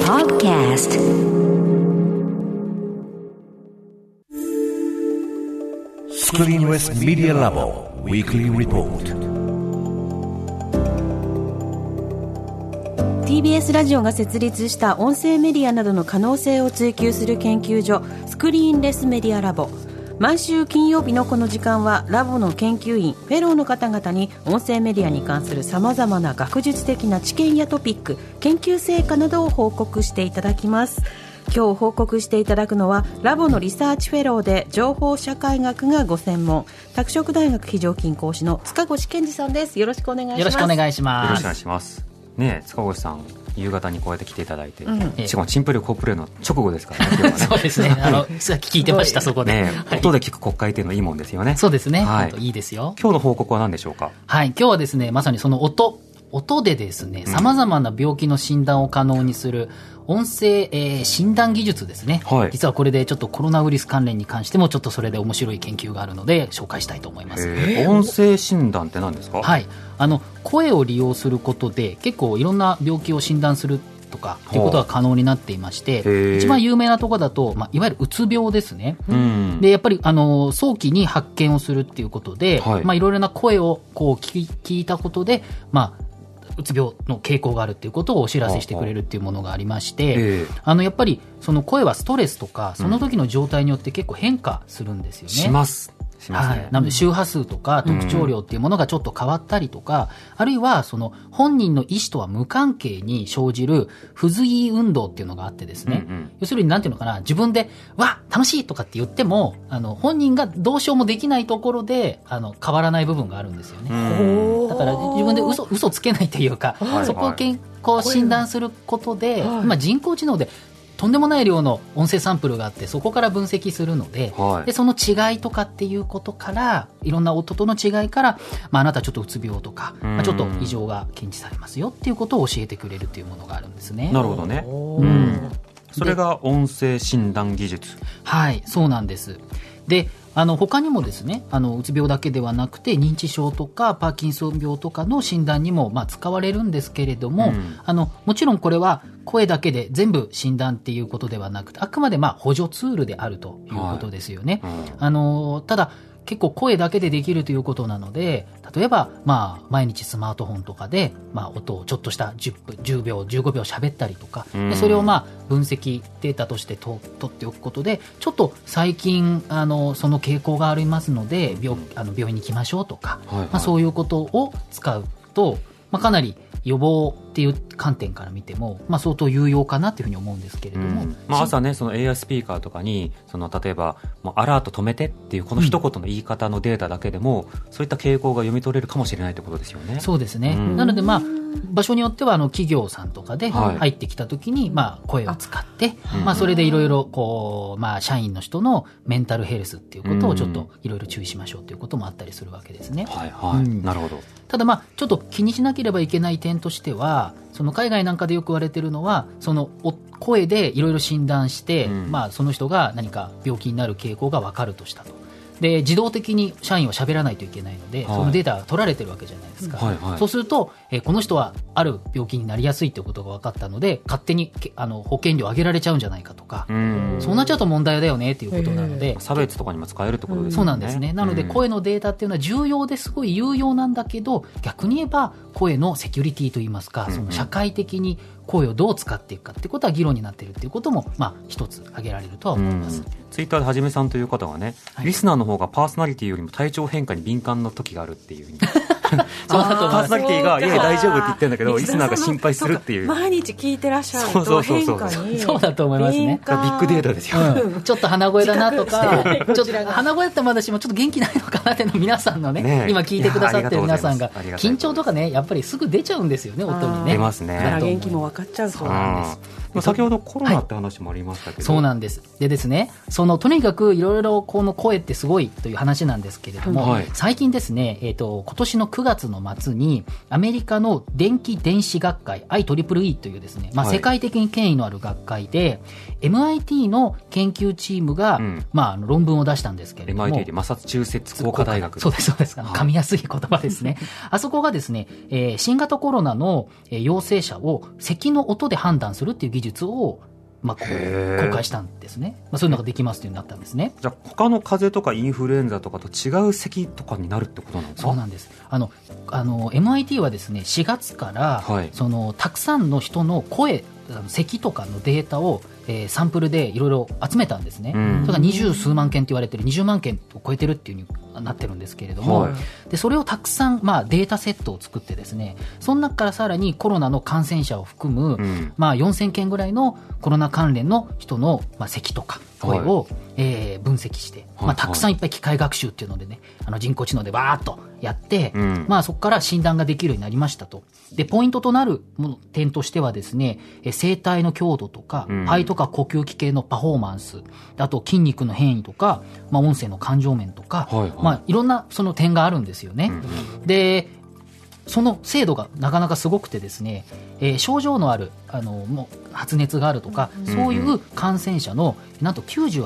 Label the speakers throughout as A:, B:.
A: Podcast
B: Screen West Media Labo Weekly Report
C: TBS ラジオが設立した音声メディアなどの可能性を追求する研究所スクリーンレスメディアラボ。毎週金曜日のこの時間はラボの研究員フェローの方々に音声メディアに関するさまざまな学術的な知見やトピック、研究成果などを報告していただきます。今日報告していただくのはラボのリサーチフェローで情報社会学がご専門、拓殖大学非常勤講師の塚越健二さんです。よろしくお願いします。
D: よろしくお願いします。
E: よろしくお願いしますね。塚越さん、夕方にこうやって来ていただいて、しかもチンプレーコープレーの直後ですからね。今日はね
D: そうですね。さっき聞いてましたそこで、
E: ね、音で聞く国会っていうのはいいもんですよね。
D: そうですね。
E: はい、
D: 本当いいですよ。
E: 今日の報告は何でしょうか。
D: はい。今日はですね、まさにその音でですね、様々な病気の診断を可能にする音声、診断技術ですね、はい。実はこれでちょっとコロナウイルス関連に関してもちょっとそれで面白い研究があるので紹介したいと思います。
E: 音声診断って何ですか。
D: はい。声を利用することで結構いろんな病気を診断するとかということが可能になっていまして、一番有名なところだと、いわゆるうつ病ですね。でやっぱり早期に発見をするっていうことで、いろいろな声をこう聞いたことで、うつ病の傾向があるっていうことをお知らせしてくれるっていうものがありまして、やっぱりその声はストレスとかその時の状態によって結構変化するんですよね。
E: しますね。
D: はい、なので周波数とか特徴量っていうものがちょっと変わったりとか、あるいはその本人の意思とは無関係に生じる不随意運動っていうのがあってですね、要するになんていうのかな、自分でわ楽しいとかって言っても本人がどうしようもできないところで変わらない部分があるんですよね。だから自分で嘘つけないというか、そこを健康診断することで、今人工知能でとんでもない量の音声サンプルがあってそこから分析するので、でその違いとかっていうことからいろんな音との違いから、あなたちょっとうつ病とか、ちょっと異常が検知されますよっていうことを教えてくれるというものがあるんですね。
E: なるほどね。それが音声診断技術。
D: はい、そうなんです。で他にもですね、うつ病だけではなくて認知症とかパーキンソン病とかの診断にも使われるんですけれども、もちろんこれは声だけで全部診断っていうことではなくて、あくまで補助ツールであるということですよね。ただ結構声だけでできるということなので、例えば毎日スマートフォンとかで音をちょっとした10分10秒15秒喋ったりとか、でそれを分析データとして取っておくことで、ちょっと最近その傾向がありますので病院に行きましょうとか、そういうことを使うと、かなり予防っていう観点から見ても、相当有用かなというふうに思うんですけれども、
E: 朝ね、その AI スピーカーとかに例えばアラート止めてっていうこの一言の言い方のデータだけでも、そういった傾向が読み取れるかもしれないということですよね。
D: そうですね。なので場所によっては企業さんとかで入ってきた時に声を使って、それでいろいろこう社員の人のメンタルヘルスっていうことをちょっといろいろ注意しましょうということもあったりするわけですね。
E: なるほど。
D: ただちょっと気にしなければいけない点としては、その海外なんかでよく言われているのは、その声でいろいろ診断して、その人が何か病気になる傾向が分かるとしたと。で自動的に社員は喋らないといけないので、そのデータが取られてるわけじゃないですか。そうすると、この人はある病気になりやすいということが分かったので、勝手に保険料上げられちゃうんじゃないかとか、そうなっちゃうと問題だよねということなので、
E: 差別とかにも使えるってことですね。
D: そうなんですね。なので声のデータっていうのは重要ですごい有用なんだけど、逆に言えば声のセキュリティといいますか、その社会的に声をどう使っていくかっていうことは議論になっているっていうことも一つ挙げられるとは思います。
E: ツイッターではじめさんという方がね、リスナーの方がパーソナリティよりも体調変化に敏感な時があるっていうパーソナリティがいや大丈夫って言ってるんだけど、リスナーが心配するっていう。
C: 毎日聞いてらっしゃると変化に
D: そうだと思いますね。
E: ビッグデータですよ。
D: ちょっと鼻声だなとか、ちょっと鼻声だったらまだしもちょっと元気ないのかなっていうの皆さんのね、今聞いてくださってる皆さんが緊張とかね、やっぱりすぐ出ちゃうんですよね、音にね。
E: 出ますね。
C: 元気も分かっちゃうそうなんです。
E: 先ほどコロナって話もありましたけど、
D: そうなんです。でですね、とにかくいろいろこの声ってすごいという話なんですけれども、最近ですね、今年の9 9月の末にアメリカの電気電子学会 IEEE というですね、世界的に権威のある学会で MIT の研究チームが、論文を出したんですけれども、
E: MIT でマサチューセッツ工科大学、
D: そうですそうです、噛みやすい言葉ですねあそこがですね、新型コロナの陽性者を咳の音で判断するっていう技術を公開したんですね。そういうのができますというようになったんですね。
E: じゃあ他の風邪とかインフルエンザとかと違う咳とかになるってことなのか。
D: そうなんです。MIT はですね、4月から、そのたくさんの人の声、咳とかのデータを、サンプルでいろいろ集めたんですね、それが20数万件と言われている、20万件を超えてるっていう風になってるんですけれども、でそれをたくさん、データセットを作ってですね、その中からさらにコロナの感染者を含む、4000件ぐらいのコロナ関連の人の、咳とか声を、分析して、たくさんいっぱい機械学習っていうのでね、人工知能でバーッとやって、そこから診断ができるようになりましたと。でポイントとなる点としてはですね、声帯の強度とか、肺とか呼吸器系のパフォーマンス、あと筋肉の変異とか、音声の感情面とか、いろんなその点があるんですよね、でその精度がなかなかすごくてですね、症状のあるもう発熱があるとか、そういう感染者のなんと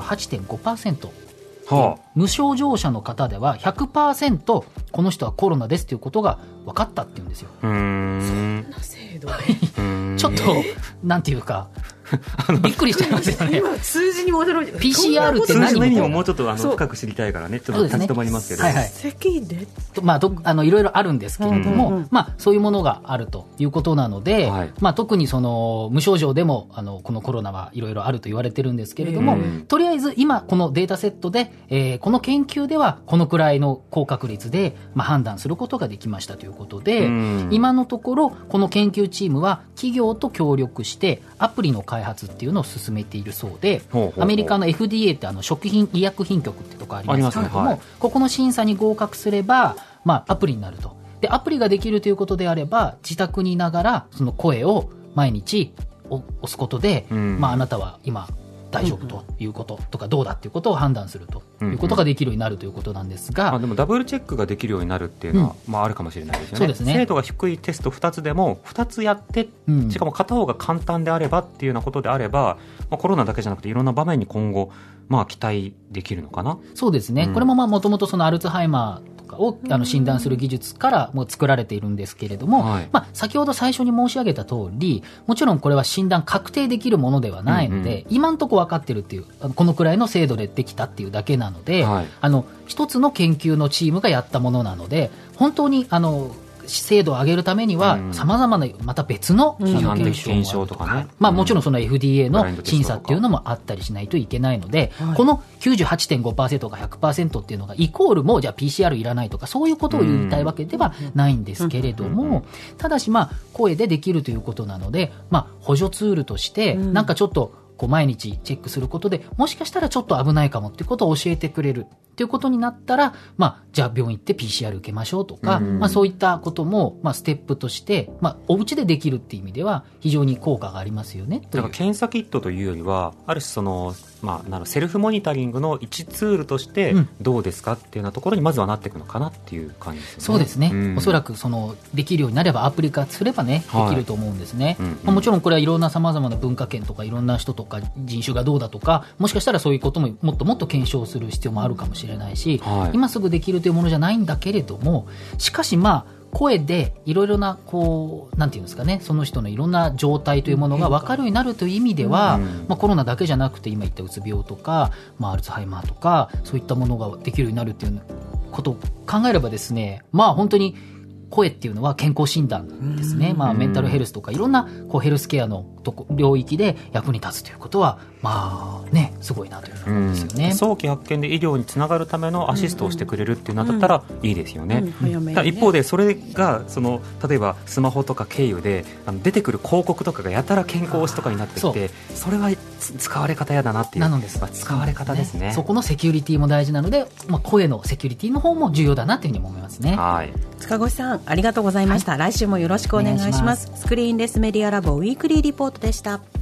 D: 98.5%、無症状者の方では 100% この人はコロナですということが分かったっていうんですよ。
C: そんな精度で
D: ちょっとなんていうかびっくりしちゃいますよね。
C: 今数字にも驚いて
D: PCR って
E: 数
D: 何
E: 字の意味ももうちょっと深く知りたいからね、ちょっと立ち止まりますけど、
C: 咳で
D: いろいろあるんですけれども、そういうものがあるということなので、特にその無症状でもこのコロナはいろいろあると言われてるんですけれども、とりあえず今このデータセットで、この研究ではこのくらいの高確率で、判断することができましたということで、今のところこの研究チームは企業と協力してアプリの開発っていうのを進めているそうで、アメリカの FDA って食品医薬品局ってとこありますけれども、ここの審査に合格すれば、アプリになると。でアプリができるということであれば、自宅にいながらその声を毎日押すことで、あなたは今大丈夫ということとか、どうだっていうことを判断するということができるようになるということなんですが、
E: でもダブルチェックができるようになるっていうのは、あるかもしれないですよね。
D: そうですね。
E: 精度が低いテスト2つでも2つやって、しかも片方が簡単であればっていうようなことであれば、コロナだけじゃなくていろんな場面に今後、期待できるのかな。
D: そうですね、これももともとそのアルツハイマーを診断する技術からもう作られているんですけれども、先ほど最初に申し上げた通り、もちろんこれは診断確定できるものではないので、今のところ分かってるっていう、このくらいの精度でできたっていうだけなので、一つの研究のチームがやったものなので、本当に精度を上げるためには様々なまた別の
E: 検証とかね、
D: もちろんその FDA の審査っていうのもあったりしないといけないので、この 98.5% が 100% っていうのがイコールもうじゃあ PCR いらないとか、そういうことを言いたいわけではないんですけれども、ただし声でできるということなので、補助ツールとしてなんかちょっと毎日チェックすることで、もしかしたらちょっと危ないかもっていうことを教えてくれるっていうことになったら、じゃあ病院行って PCR 受けましょうとか、そういったことも、ステップとして、お家でできるっていう意味では非常に効果がありますよね。
E: だから検査キットというよりは、ある種その、セルフモニタリングの一ツールとしてどうですかっていうようなところにまずはなっていくのかなっていう感じですね。
D: そうですね、おそらくそのできるようになれば、アプリ化すればね、できると思うんですね。もちろんこれはいろんな様々な文化圏とかいろんな人とか人種がどうだとか、もしかしたらそういうことももっともっと検証する必要もあるかもしれないし、今すぐできるというものじゃないんだけれども、しかし声でいろいろななんていうんですかね、その人のいろんな状態というものが分かるようになるという意味では、コロナだけじゃなくて今言ったうつ病とか、アルツハイマーとか、そういったものができるようになるということを考えればですね、本当に声っていうのは健康診断ですね。メンタルヘルスとかいろんなヘルスケアの領域で役に立つということはすごいなというふうに思うんですよね。
E: 早期発見で医療につながるためのアシストをしてくれるっていうのだったらいいですよね。一方でそれが例えばスマホとか経由で出てくる広告とかがやたら健康推しとかになってきて、それは使われ方やだなっていう。使われ方ですね。
D: そこのセキュリティも大事なので、声のセキュリティの方も重要だなというふうに思いますね。
C: 塚越さん、ありがとうございました。来週もよろしくお願いします。スクリーンレスメディアラボウィークリーリポートでした。